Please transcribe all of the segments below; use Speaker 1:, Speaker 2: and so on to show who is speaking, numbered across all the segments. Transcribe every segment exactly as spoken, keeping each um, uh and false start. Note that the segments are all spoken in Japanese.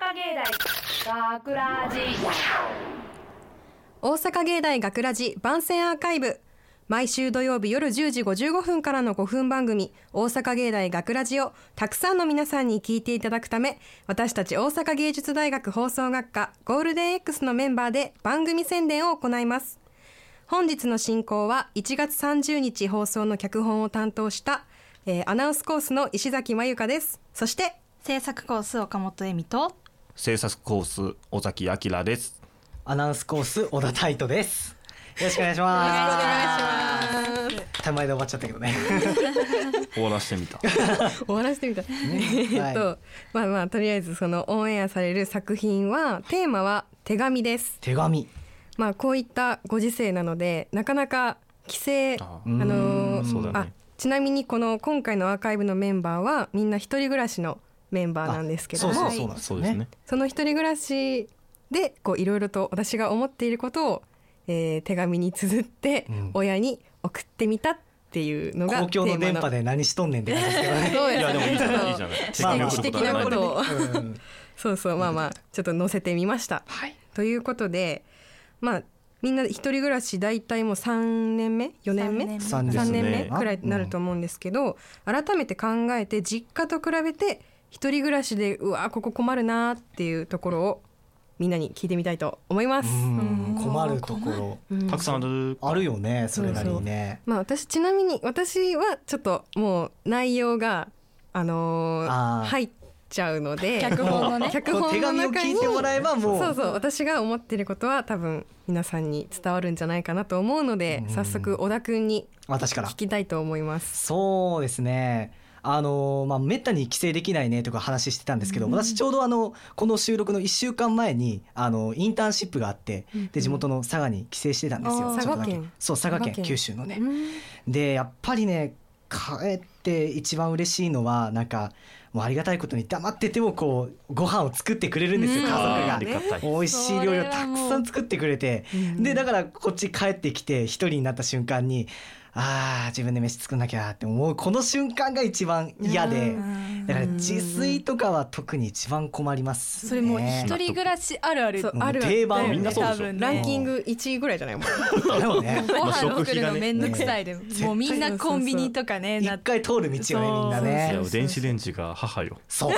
Speaker 1: 大学ラジ
Speaker 2: 大阪芸大学ラジ番宣アーカイブ、毎週土曜日夜じゅうじごじゅうごふんからのごふん番組大阪芸大学ラジをたくさんの皆さんに聞いていただくため、私たち大阪芸術大学放送学科ゴールデン X のメンバーで番組宣伝を行います。本日の進行はいちがつさんじゅうにち放送の脚本を担当した、えー、アナウンスコースの石崎まゆかです。そして
Speaker 3: 制作コース岡本恵美と
Speaker 4: 制作コース尾崎明です。
Speaker 5: アナウンスコース小田泰斗です。よろしくお願いします。
Speaker 2: お願いします。
Speaker 5: 手前で終わっちゃったけどね
Speaker 4: 終わらしてみた
Speaker 2: 終わらせてみた、ねえっと、
Speaker 5: はい、
Speaker 2: まあまあとりあえずそのオンエアされる作品はテーマは手紙です。
Speaker 5: 手紙、
Speaker 2: まあこういったご時世なのでなかなか規制 あ、
Speaker 4: あ
Speaker 2: あのー
Speaker 4: そうだね、
Speaker 2: あちなみにこの今回のアーカイブのメンバーはみんな一人暮らしのメンバーなんですけども、
Speaker 5: そうそうそうなんですよね。
Speaker 2: その一人暮らしでこういろいろと私が思っていることを、えー手紙に綴って
Speaker 5: うん
Speaker 2: 親に送ってみたっていうのが
Speaker 5: 公共の電波
Speaker 2: で
Speaker 5: で何しとんねんって感じですけどね
Speaker 2: そうです
Speaker 4: いやでもいいじゃないいいじ
Speaker 2: ちょっ
Speaker 4: ゃない
Speaker 2: と
Speaker 5: まあまあ
Speaker 2: 知的なことを
Speaker 5: うん
Speaker 2: そうそうまあまあちょっと載せてみました、
Speaker 5: はい、
Speaker 2: ということでまあみんな一人暮らし大体もうさんねんめよねんめ
Speaker 5: さんですね
Speaker 2: さんねんめくらいになると思うんですけど、改めて考えて実家と比べて一人暮らしでうわここ困るなっていうところをみんなに聞いてみたいと思います。
Speaker 5: うん困るところ
Speaker 2: うん
Speaker 4: たくさんある
Speaker 5: あるよね、それなりにね。
Speaker 2: まあ私ちなみに私はちょっともう内容があのー
Speaker 5: あー
Speaker 2: 入っちゃうので
Speaker 3: 脚本のね
Speaker 2: 脚本の
Speaker 5: こう手紙を
Speaker 2: 中に
Speaker 5: 聞いてもらえばもう
Speaker 2: そうそう私が思っていることは多分皆さんに伝わるんじゃないかなと思うので、
Speaker 5: うん
Speaker 2: 早速小田くんに
Speaker 5: 私から
Speaker 2: 聞きたいと思います。
Speaker 5: そうですね、あのまあ、めったに帰省できないねとか話してたんですけど、
Speaker 2: うん
Speaker 5: 私ちょうどあのこの収録のいっしゅうかんまえにあのインターンシップがあって、で地元の佐賀に帰省してたんですよ。
Speaker 2: あー
Speaker 5: ちょっとだけ
Speaker 2: 佐賀県
Speaker 5: そう佐賀県
Speaker 2: 佐賀県
Speaker 5: 九州のね、
Speaker 2: うん
Speaker 5: でやっぱりね帰って一番嬉しいのはなんかもうありがたいことに黙っててもこうご飯を作ってくれるんですよ、
Speaker 2: うん
Speaker 5: 家族
Speaker 4: あー
Speaker 5: が
Speaker 4: ありがたい。
Speaker 5: 美味しい料理をたくさん作ってくれて、
Speaker 2: うん
Speaker 5: でだからこっち帰ってきて一人になった瞬間にあー自分で飯作んなきゃって思うこの瞬間が一番嫌で、だから自炊とかは特に一番困りますね。
Speaker 3: それもう一人暮らしあるある
Speaker 5: もう
Speaker 2: そうある
Speaker 5: 定番
Speaker 2: だよね
Speaker 4: みんなそうでしょ
Speaker 3: 多分ね
Speaker 2: ランキングいちいぐらいじゃないもん
Speaker 5: でもね
Speaker 3: ご飯
Speaker 4: まあ食
Speaker 3: 作るの
Speaker 4: 費がね
Speaker 3: めんどくさいで、
Speaker 5: ね
Speaker 3: もうみんなコンビニとかねな
Speaker 5: 一回通る道よねみんないね
Speaker 4: や電子レンジが母よ。
Speaker 5: そう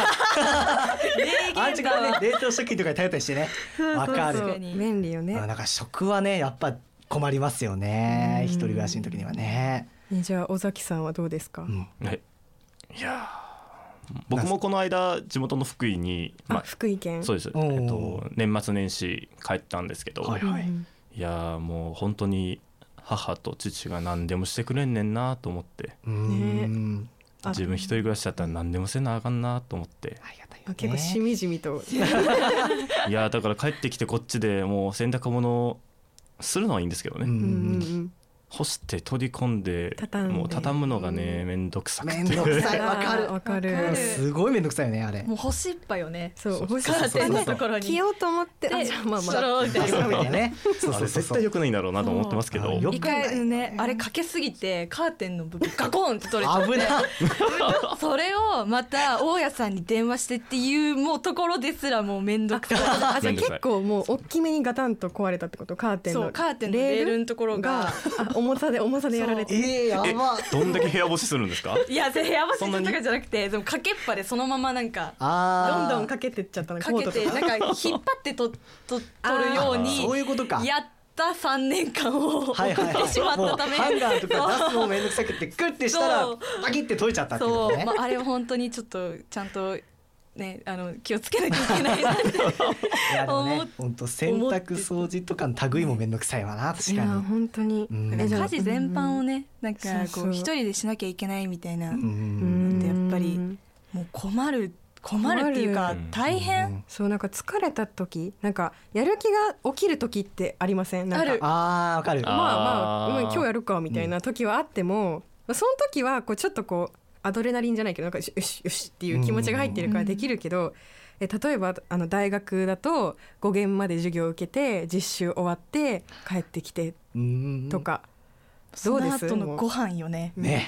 Speaker 5: あんちからね冷凍食品とかに頼ったりしてねわかる。
Speaker 2: そうそう便利よね。
Speaker 5: あなんか食はねやっぱ困りますよね、
Speaker 2: うん
Speaker 5: 一人暮らしの時にはね、
Speaker 2: じゃあ尾崎さんはどうですか？
Speaker 5: うん
Speaker 4: えいやー僕もこの間地元の福井に、
Speaker 2: あ、
Speaker 4: まあ、
Speaker 2: 福井県。
Speaker 4: そうです、
Speaker 5: おー
Speaker 4: えっと、年末年始帰ったんですけど、
Speaker 5: はいはい、
Speaker 2: うん
Speaker 4: いやーもう本当に母と父が何でもしてくれんねんなと思って、
Speaker 5: うーん
Speaker 2: あ
Speaker 4: 自分一人暮らしだったら何でもせなあかんなと思って
Speaker 5: ありがたいよね。
Speaker 2: あ結構しみじみと
Speaker 4: いやーだから帰ってきてこっちでもう洗濯物するのはいいんですけどね、
Speaker 5: うん
Speaker 2: うんうんうん
Speaker 4: 干して取り込んで
Speaker 2: 畳んで
Speaker 4: もう畳むのがねめんどくさくて
Speaker 5: めんどくさいわかる
Speaker 2: あーわかる
Speaker 3: わかる
Speaker 5: すごいめんどくさいよねあれ。
Speaker 3: もう干しっぱよね。
Speaker 2: そう
Speaker 4: そう
Speaker 2: 干し
Speaker 3: カーテンのところに
Speaker 2: 着ようと思ってあ
Speaker 3: で
Speaker 2: じゃあまあま
Speaker 3: そ
Speaker 2: あ
Speaker 3: ろみたいな
Speaker 5: そうだよね。そう
Speaker 4: あれ
Speaker 5: そうそうそう
Speaker 4: 絶対良くないんだろうなと思ってますけど、
Speaker 5: そうよ
Speaker 3: 一回ねあれかけすぎてカーテンの部分ガコンって取れちゃって
Speaker 5: 危ない。
Speaker 3: それをまた大家さんに電話してっていうもうところですらもうめんどくさい。
Speaker 2: あじゃあ
Speaker 4: めんどくさい
Speaker 2: 結構もう大きめにガタンと壊れたってこと？カーテンの
Speaker 3: そうカーテンのレールのところが
Speaker 2: あ重さで重さでやられて
Speaker 5: えー、や
Speaker 4: え
Speaker 5: ば。
Speaker 4: どんだけ部屋干しするんですか？
Speaker 3: いや部屋干し
Speaker 4: そんなに
Speaker 3: とかじゃなくてでもかけっぱでそのままなんか
Speaker 5: あー
Speaker 2: どんどんかけてっちゃったの
Speaker 3: かけてなんか引っ張ってとと取るように
Speaker 5: そういうことか。
Speaker 3: やったさんねんかんを送って
Speaker 5: はいはいはい。
Speaker 3: しまったため
Speaker 5: もうハンガーとか出すのめんどくさくてクッてしたら
Speaker 3: そう
Speaker 5: バキって取れちゃったっていうこと
Speaker 3: そう、
Speaker 5: ね。
Speaker 3: まあ、あれは本当にちょっとちゃんとねあの気をつけなきゃいけないなって
Speaker 5: いやでもね
Speaker 3: 思っ
Speaker 5: 本当洗濯掃除とかの類もめんどくさいわな確
Speaker 2: いや
Speaker 5: かに。
Speaker 2: 本当に
Speaker 5: うん
Speaker 2: えじゃあ
Speaker 3: 家事全般をねなんか
Speaker 2: そうそう
Speaker 3: こう一人でしなきゃいけないみたいな
Speaker 5: う
Speaker 2: うんん
Speaker 3: でやっぱりもう困る困るっていうか
Speaker 4: 困る
Speaker 3: 大変、
Speaker 5: うん
Speaker 2: そうなんか疲れた時なんかやる気が起きる時ってありません？なんか
Speaker 3: ある
Speaker 5: あーわかる。
Speaker 4: あ
Speaker 2: まあまあ
Speaker 4: あー
Speaker 2: うん今日やるかみたいな時はあっても、その時はこうちょっとこうアドレナリンじゃないけどなんかよしよしよしっていう気持ちが入ってるからできるけど、え例えばあの大学だとご限まで授業を受けて実習終わって帰ってきて
Speaker 5: うん
Speaker 2: とか、
Speaker 3: その
Speaker 2: どうです
Speaker 3: 後のご飯よね。
Speaker 5: ね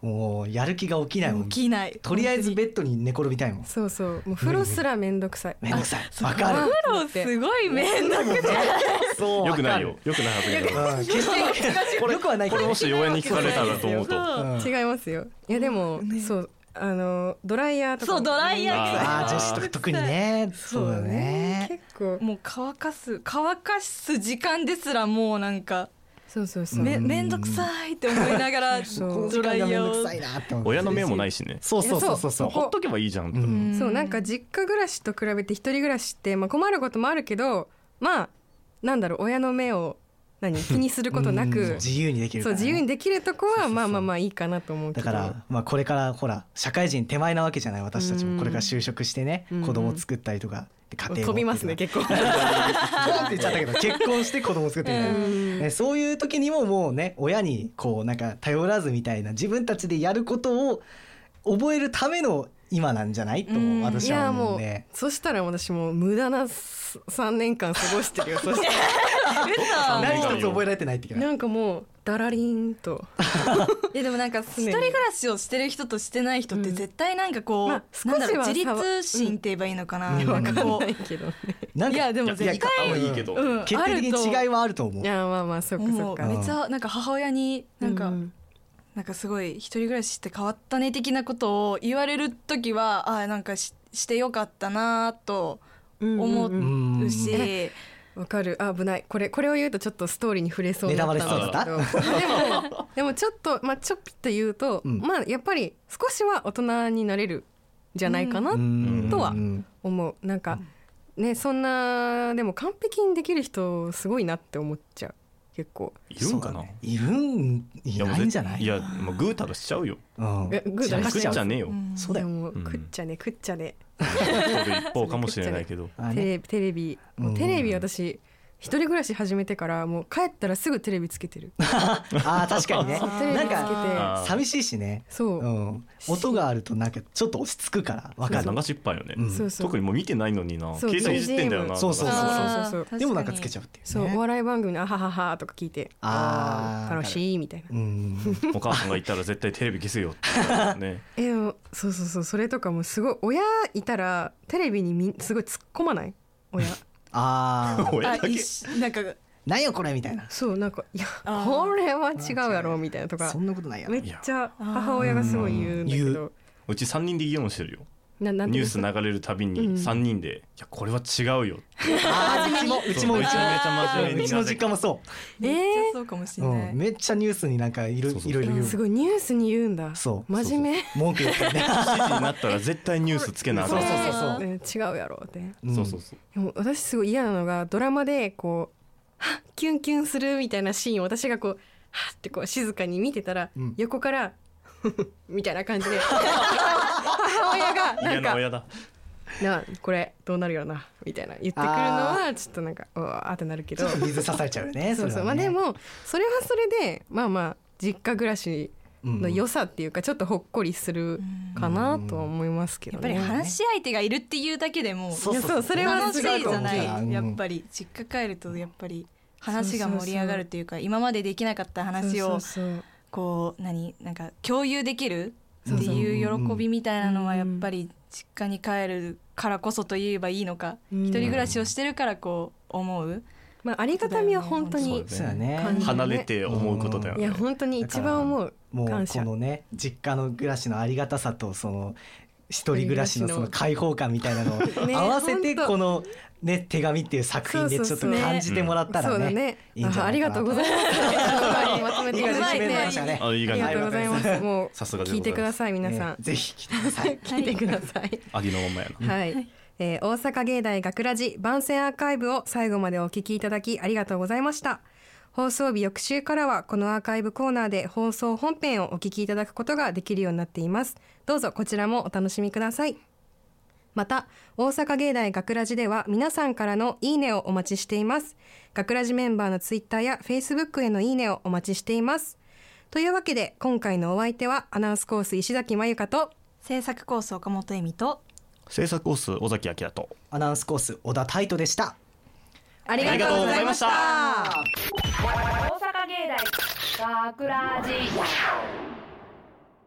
Speaker 5: もうやる気が起きないもん。
Speaker 3: 起きない。
Speaker 5: とりあえずベッドに寝転びたいもん。
Speaker 2: そうそうもう風呂すらめんどくさい。
Speaker 5: めんどくさい。わかる。
Speaker 3: 風呂すごいめんどくさい。
Speaker 5: そう
Speaker 4: よくないよ。よくない発言だから。
Speaker 5: うん決してよくはないけど
Speaker 4: これもし親に聞かれたらと思うと。
Speaker 5: うん
Speaker 2: 違いますよ。いやでも、そうあのドライヤーとかも
Speaker 3: そうドライヤー
Speaker 5: ああ女子とか特にね。そうだね。
Speaker 2: 結構
Speaker 3: もう乾かす乾かす時間ですらもうなんか
Speaker 2: そうそうそう
Speaker 3: めめんどくさいって思いながら
Speaker 2: そう
Speaker 5: この時間がめんどくさいなって思う。
Speaker 4: 親の目もないしね。
Speaker 5: そうそうそうそうそう。
Speaker 4: ほっとけばいいじゃんと。
Speaker 5: うん
Speaker 2: そうなんか実家暮らしと比べて一人暮らしってまあ困ることもあるけどまあなんだろう親の目を何気にすることな
Speaker 5: うん
Speaker 2: く
Speaker 5: 自由にできるからね。
Speaker 2: そう自由にできるとこはまあまあまあいいかなと思うけど
Speaker 5: だからまあこれからほら社会人手前なわけじゃない私たち
Speaker 2: うん
Speaker 5: もこれから就職してね
Speaker 2: うん
Speaker 5: 子供作ったりとかで家庭を
Speaker 2: 飛びますね結構
Speaker 5: ポンって言っちゃったけど結婚して子供作ってみたいな、
Speaker 2: うん
Speaker 5: ね、そういう時にももうね親にこうなんか頼らずみたいな自分たちでやることを覚えるための今なんじゃないと
Speaker 3: うん
Speaker 2: いや
Speaker 5: 私は思う
Speaker 2: もう
Speaker 5: んで。
Speaker 2: そしたら私もう無駄なさんねんかん過ごしてるよそしたら
Speaker 5: 何一つ覚えられてないっていうか
Speaker 2: なんかもうダラリンと
Speaker 3: いやでもなんか一人暮らしをしてる人としてない人って絶対なんかこう、
Speaker 2: まあ
Speaker 3: なんだろう
Speaker 2: 少し
Speaker 3: 自
Speaker 2: は
Speaker 3: 立心って言えばいいのかな、
Speaker 5: うん
Speaker 3: なんかこ
Speaker 2: ないけどね
Speaker 5: なんか
Speaker 3: いやでも絶対
Speaker 4: いやいいけど。
Speaker 3: う、うん、
Speaker 5: 決定的に違いはあると思う
Speaker 2: い。やまあまあそっかそ
Speaker 3: もう
Speaker 2: っか
Speaker 3: めっちゃなんか母親になんか、
Speaker 2: うん
Speaker 3: なんかすごい一人暮らしして変わったね的なことを言われる時はあなんか し, してよかったなと思
Speaker 2: うんうんうん
Speaker 3: うし、
Speaker 5: うん
Speaker 2: わかるあ危ないこれこれを言うとちょっとストーリーに触れそうになったんだけど
Speaker 5: ネタバレしそう
Speaker 2: まあでもでもちょっとまあちょっと言うと、
Speaker 5: うん
Speaker 2: まあやっぱり少しは大人になれるじゃないかな
Speaker 5: うん
Speaker 2: とは
Speaker 5: うん
Speaker 2: 思うなんかねそんなでも完璧にできる人すごいなって思っちゃう結構
Speaker 4: いるんかな。
Speaker 5: そうだねいるんい
Speaker 4: やもう
Speaker 5: ないんじゃない
Speaker 4: いやもうグータラしちゃうよ。
Speaker 5: うん
Speaker 2: えグータラ
Speaker 4: 食っちゃねえよ。
Speaker 3: うん
Speaker 5: そうだよ
Speaker 2: でも
Speaker 4: うん
Speaker 2: 食っちゃね食っちゃね
Speaker 4: 取る一方かもしれないけど。
Speaker 5: あね
Speaker 2: テレビテレビもうテレビ私一人暮らし始めてからもう帰ったらすぐテレビつけてる
Speaker 5: あー確かにね
Speaker 2: そうテレビつけて
Speaker 5: なんか
Speaker 4: あー
Speaker 5: 寂しいしね、
Speaker 2: そうう、
Speaker 5: ん、音があるとなんかちょっと落ち着くからわかる
Speaker 4: 流しっぱいよね。
Speaker 5: うん
Speaker 2: そうそう
Speaker 4: 特にもう見てないのにな。
Speaker 2: そう
Speaker 4: 携帯いじってんだよな。
Speaker 5: そうそうそう
Speaker 3: あー
Speaker 2: そうそう
Speaker 3: 確かに
Speaker 5: でもなんかつけちゃうっていう
Speaker 2: そう、
Speaker 5: ね
Speaker 2: お笑い番組の「あははは」とか聞いて
Speaker 5: あー
Speaker 2: 楽しいみたいな
Speaker 5: うん
Speaker 4: お母さんが言ったら絶対テレビ消せよってね。
Speaker 2: えでもそうそうそうそれとかもすごい親いたらテレビにみんすごい突っ込まない親
Speaker 5: あー
Speaker 3: あ
Speaker 4: 親だけ。
Speaker 3: 一緒なんか
Speaker 5: 何よこれみたいな
Speaker 2: そうなんかいや
Speaker 3: あー
Speaker 2: これは違うやろみたいなとか
Speaker 5: そんなことないやろ
Speaker 2: めっちゃ母親がすごい言うんだけ
Speaker 5: 言
Speaker 2: ど
Speaker 4: うちさんにんで議論してるよ。
Speaker 2: ななんて
Speaker 4: ニュース流れるたび
Speaker 2: うん
Speaker 4: にさんにんで、いやこれは違うよ。
Speaker 5: あーうちもうちもうちも
Speaker 4: めちゃめちゃ真面目に
Speaker 5: うちの実家もそ
Speaker 2: え
Speaker 3: めっちゃ
Speaker 2: ー
Speaker 3: そうかもし
Speaker 5: う、
Speaker 3: れない、
Speaker 5: うん、めっちゃニュースになんかいろ
Speaker 4: そうそう
Speaker 5: いろいろ言う
Speaker 2: すごいニュースに言うんだ
Speaker 5: そう
Speaker 2: 真面目
Speaker 5: 文句言ってね
Speaker 4: しちじになったら絶対ニュースつけなあかん。
Speaker 5: そうそうそう
Speaker 2: ね違うやろって
Speaker 5: うん
Speaker 4: そうそうそう。
Speaker 2: でも私すごい嫌なのがドラマでこうはっキュンキュンするみたいなシーンを私がこうはってこう静かに見てたら、
Speaker 5: うん
Speaker 2: 横からみたいな感じで母親がな
Speaker 4: 嫌
Speaker 2: んか
Speaker 4: な親だ。
Speaker 2: なこれどうなるよなみたいな言ってくるのはちょっとなんかうわーってなるけど
Speaker 5: ちょっと水刺されちゃうよね
Speaker 2: そうそう、
Speaker 5: れはね
Speaker 2: まあでもそれはそれでまあまあ実家暮らしの良さっていうかちょっとほっこりするかなとは思いますけ
Speaker 3: やっぱ
Speaker 2: どね。
Speaker 3: り話し相手がいるっていうだけでも
Speaker 5: そう
Speaker 2: いやそうそれは
Speaker 3: 楽しいじゃな
Speaker 5: すごいと思う
Speaker 3: いやっぱり実家帰るとやっぱり話が盛り上がるっていうか今までできなかった話を
Speaker 2: そうそうそう
Speaker 3: こう何なんか共有できるって
Speaker 2: そうそう
Speaker 3: いう喜びみたいなのは
Speaker 2: うん
Speaker 3: やっぱり実家に帰るからこそと言えばいいのか
Speaker 2: うん
Speaker 3: 一人暮らしをしてるからこう思う
Speaker 2: まあありがたみは本当に
Speaker 5: そうだね
Speaker 2: 感じる
Speaker 4: 離れて思うことだよね。
Speaker 2: いや本当に一番思う
Speaker 5: もう
Speaker 2: 感謝
Speaker 5: このね実家の暮らしのありがたさとその一人暮らしのその開放感みたいなのを
Speaker 2: ね
Speaker 5: 合わせて
Speaker 2: ほんと
Speaker 5: このね手紙っていう作品でちょっと
Speaker 2: そうそうそう
Speaker 5: 感じてもらったらね
Speaker 2: そうだね
Speaker 5: いいんじゃないかな
Speaker 2: あありがとうございますまとめてくれて
Speaker 5: いい感じに締めましたね
Speaker 4: あいい感じ
Speaker 2: ありがとうございますもう
Speaker 4: さすがでございます
Speaker 2: 聞いてください皆さん
Speaker 5: ねぜひ来てください
Speaker 2: 聞いてください
Speaker 4: ありのままやな。
Speaker 2: はい、えー大阪芸大学ラジ番宣アーカイブを最後までお聞きいただきありがとうございました。放送日翌週からはこのアーカイブコーナーで放送本編をお聞きいただくことができるようになっています。どうぞこちらもお楽しみください。また大阪芸大学ラジでは皆さんからのいいねをお待ちしています。学ラジメンバーのツイッターやフェイスブックへのいいねをお待ちしています。というわけで今回のお相手はアナウンスコース石崎まゆかと
Speaker 3: 制作コース岡本恵美と
Speaker 4: 制作コース尾崎明と。
Speaker 5: アナウンスコース小田泰斗でした。
Speaker 2: ありがとうございました。
Speaker 1: 大阪芸大学ラジ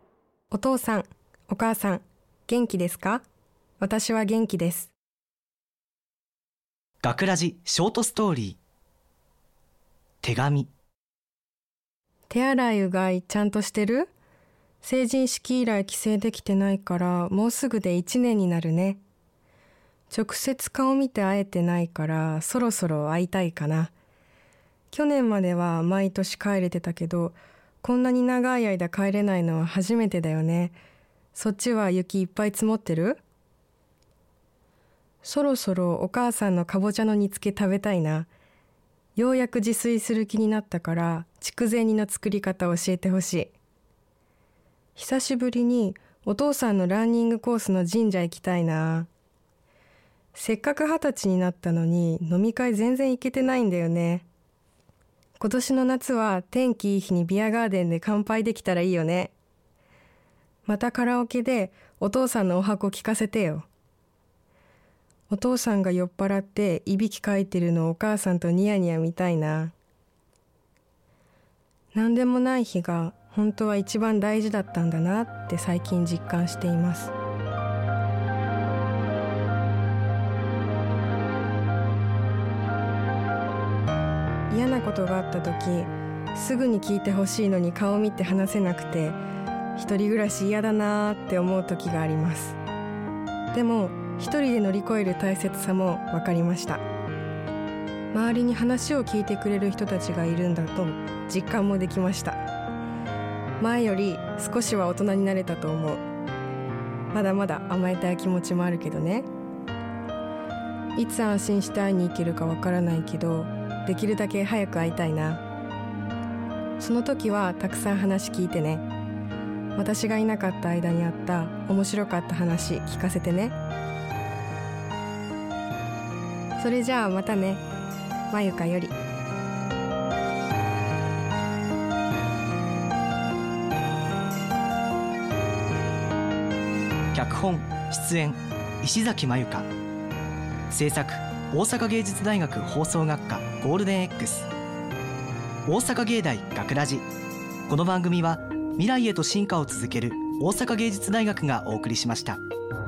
Speaker 2: お父さん、お母さん、元気ですか？私は元気です。
Speaker 5: 学ラジショートストーリー。手紙。
Speaker 2: 手洗いうがいちゃんとしてる？成人式以来帰省できてないからもうすぐでいちねんになるね。直接顔見て会えてないからそろそろ会いたいかな。去年までは毎年帰れてたけど、こんなに長い間帰れないのは初めてだよね。そっちは雪いっぱい積もってる？そろそろお母さんのかぼちゃの煮付け食べたいな。ようやく自炊する気になったから筑前煮の作り方教えてほしい。久しぶりにお父さんのランニングコースの神社行きたいな。せっかく二十歳になったのに飲み会全然行けてないんだよね。今年の夏は天気いい日にビアガーデンで乾杯できたらいいよね。またカラオケでお父さんのお箱聞かせてよ。お父さんが酔っ払っていびきかいてるのをお母さんとニヤニヤ見たいな。なんでもない日が本当は一番大事だったんだなって最近実感しています。嫌なことがあった時、すぐに聞いてほしいのに顔見て話せなくて、一人暮らし嫌だなーって思う時があります。でも一人で乗り越える大切さも分かりました。周りに話を聞いてくれる人たちがいるんだと実感もできました。前より少しは大人になれたと思う。まだまだ甘えたい気持ちもあるけどね。いつ安心して会いに行けるかわからないけど、できるだけ早く会いたいな。その時はたくさん話聞いてね。私がいなかった間にあった面白かった話聞かせてね。それじゃあまたね。まゆかより。
Speaker 5: 脚本・出演石崎まゆか。制作大阪芸術大学放送学科ゴールデン X。 大阪芸大学ラジ。この番組は未来へと進化を続ける大阪芸術大学がお送りしました。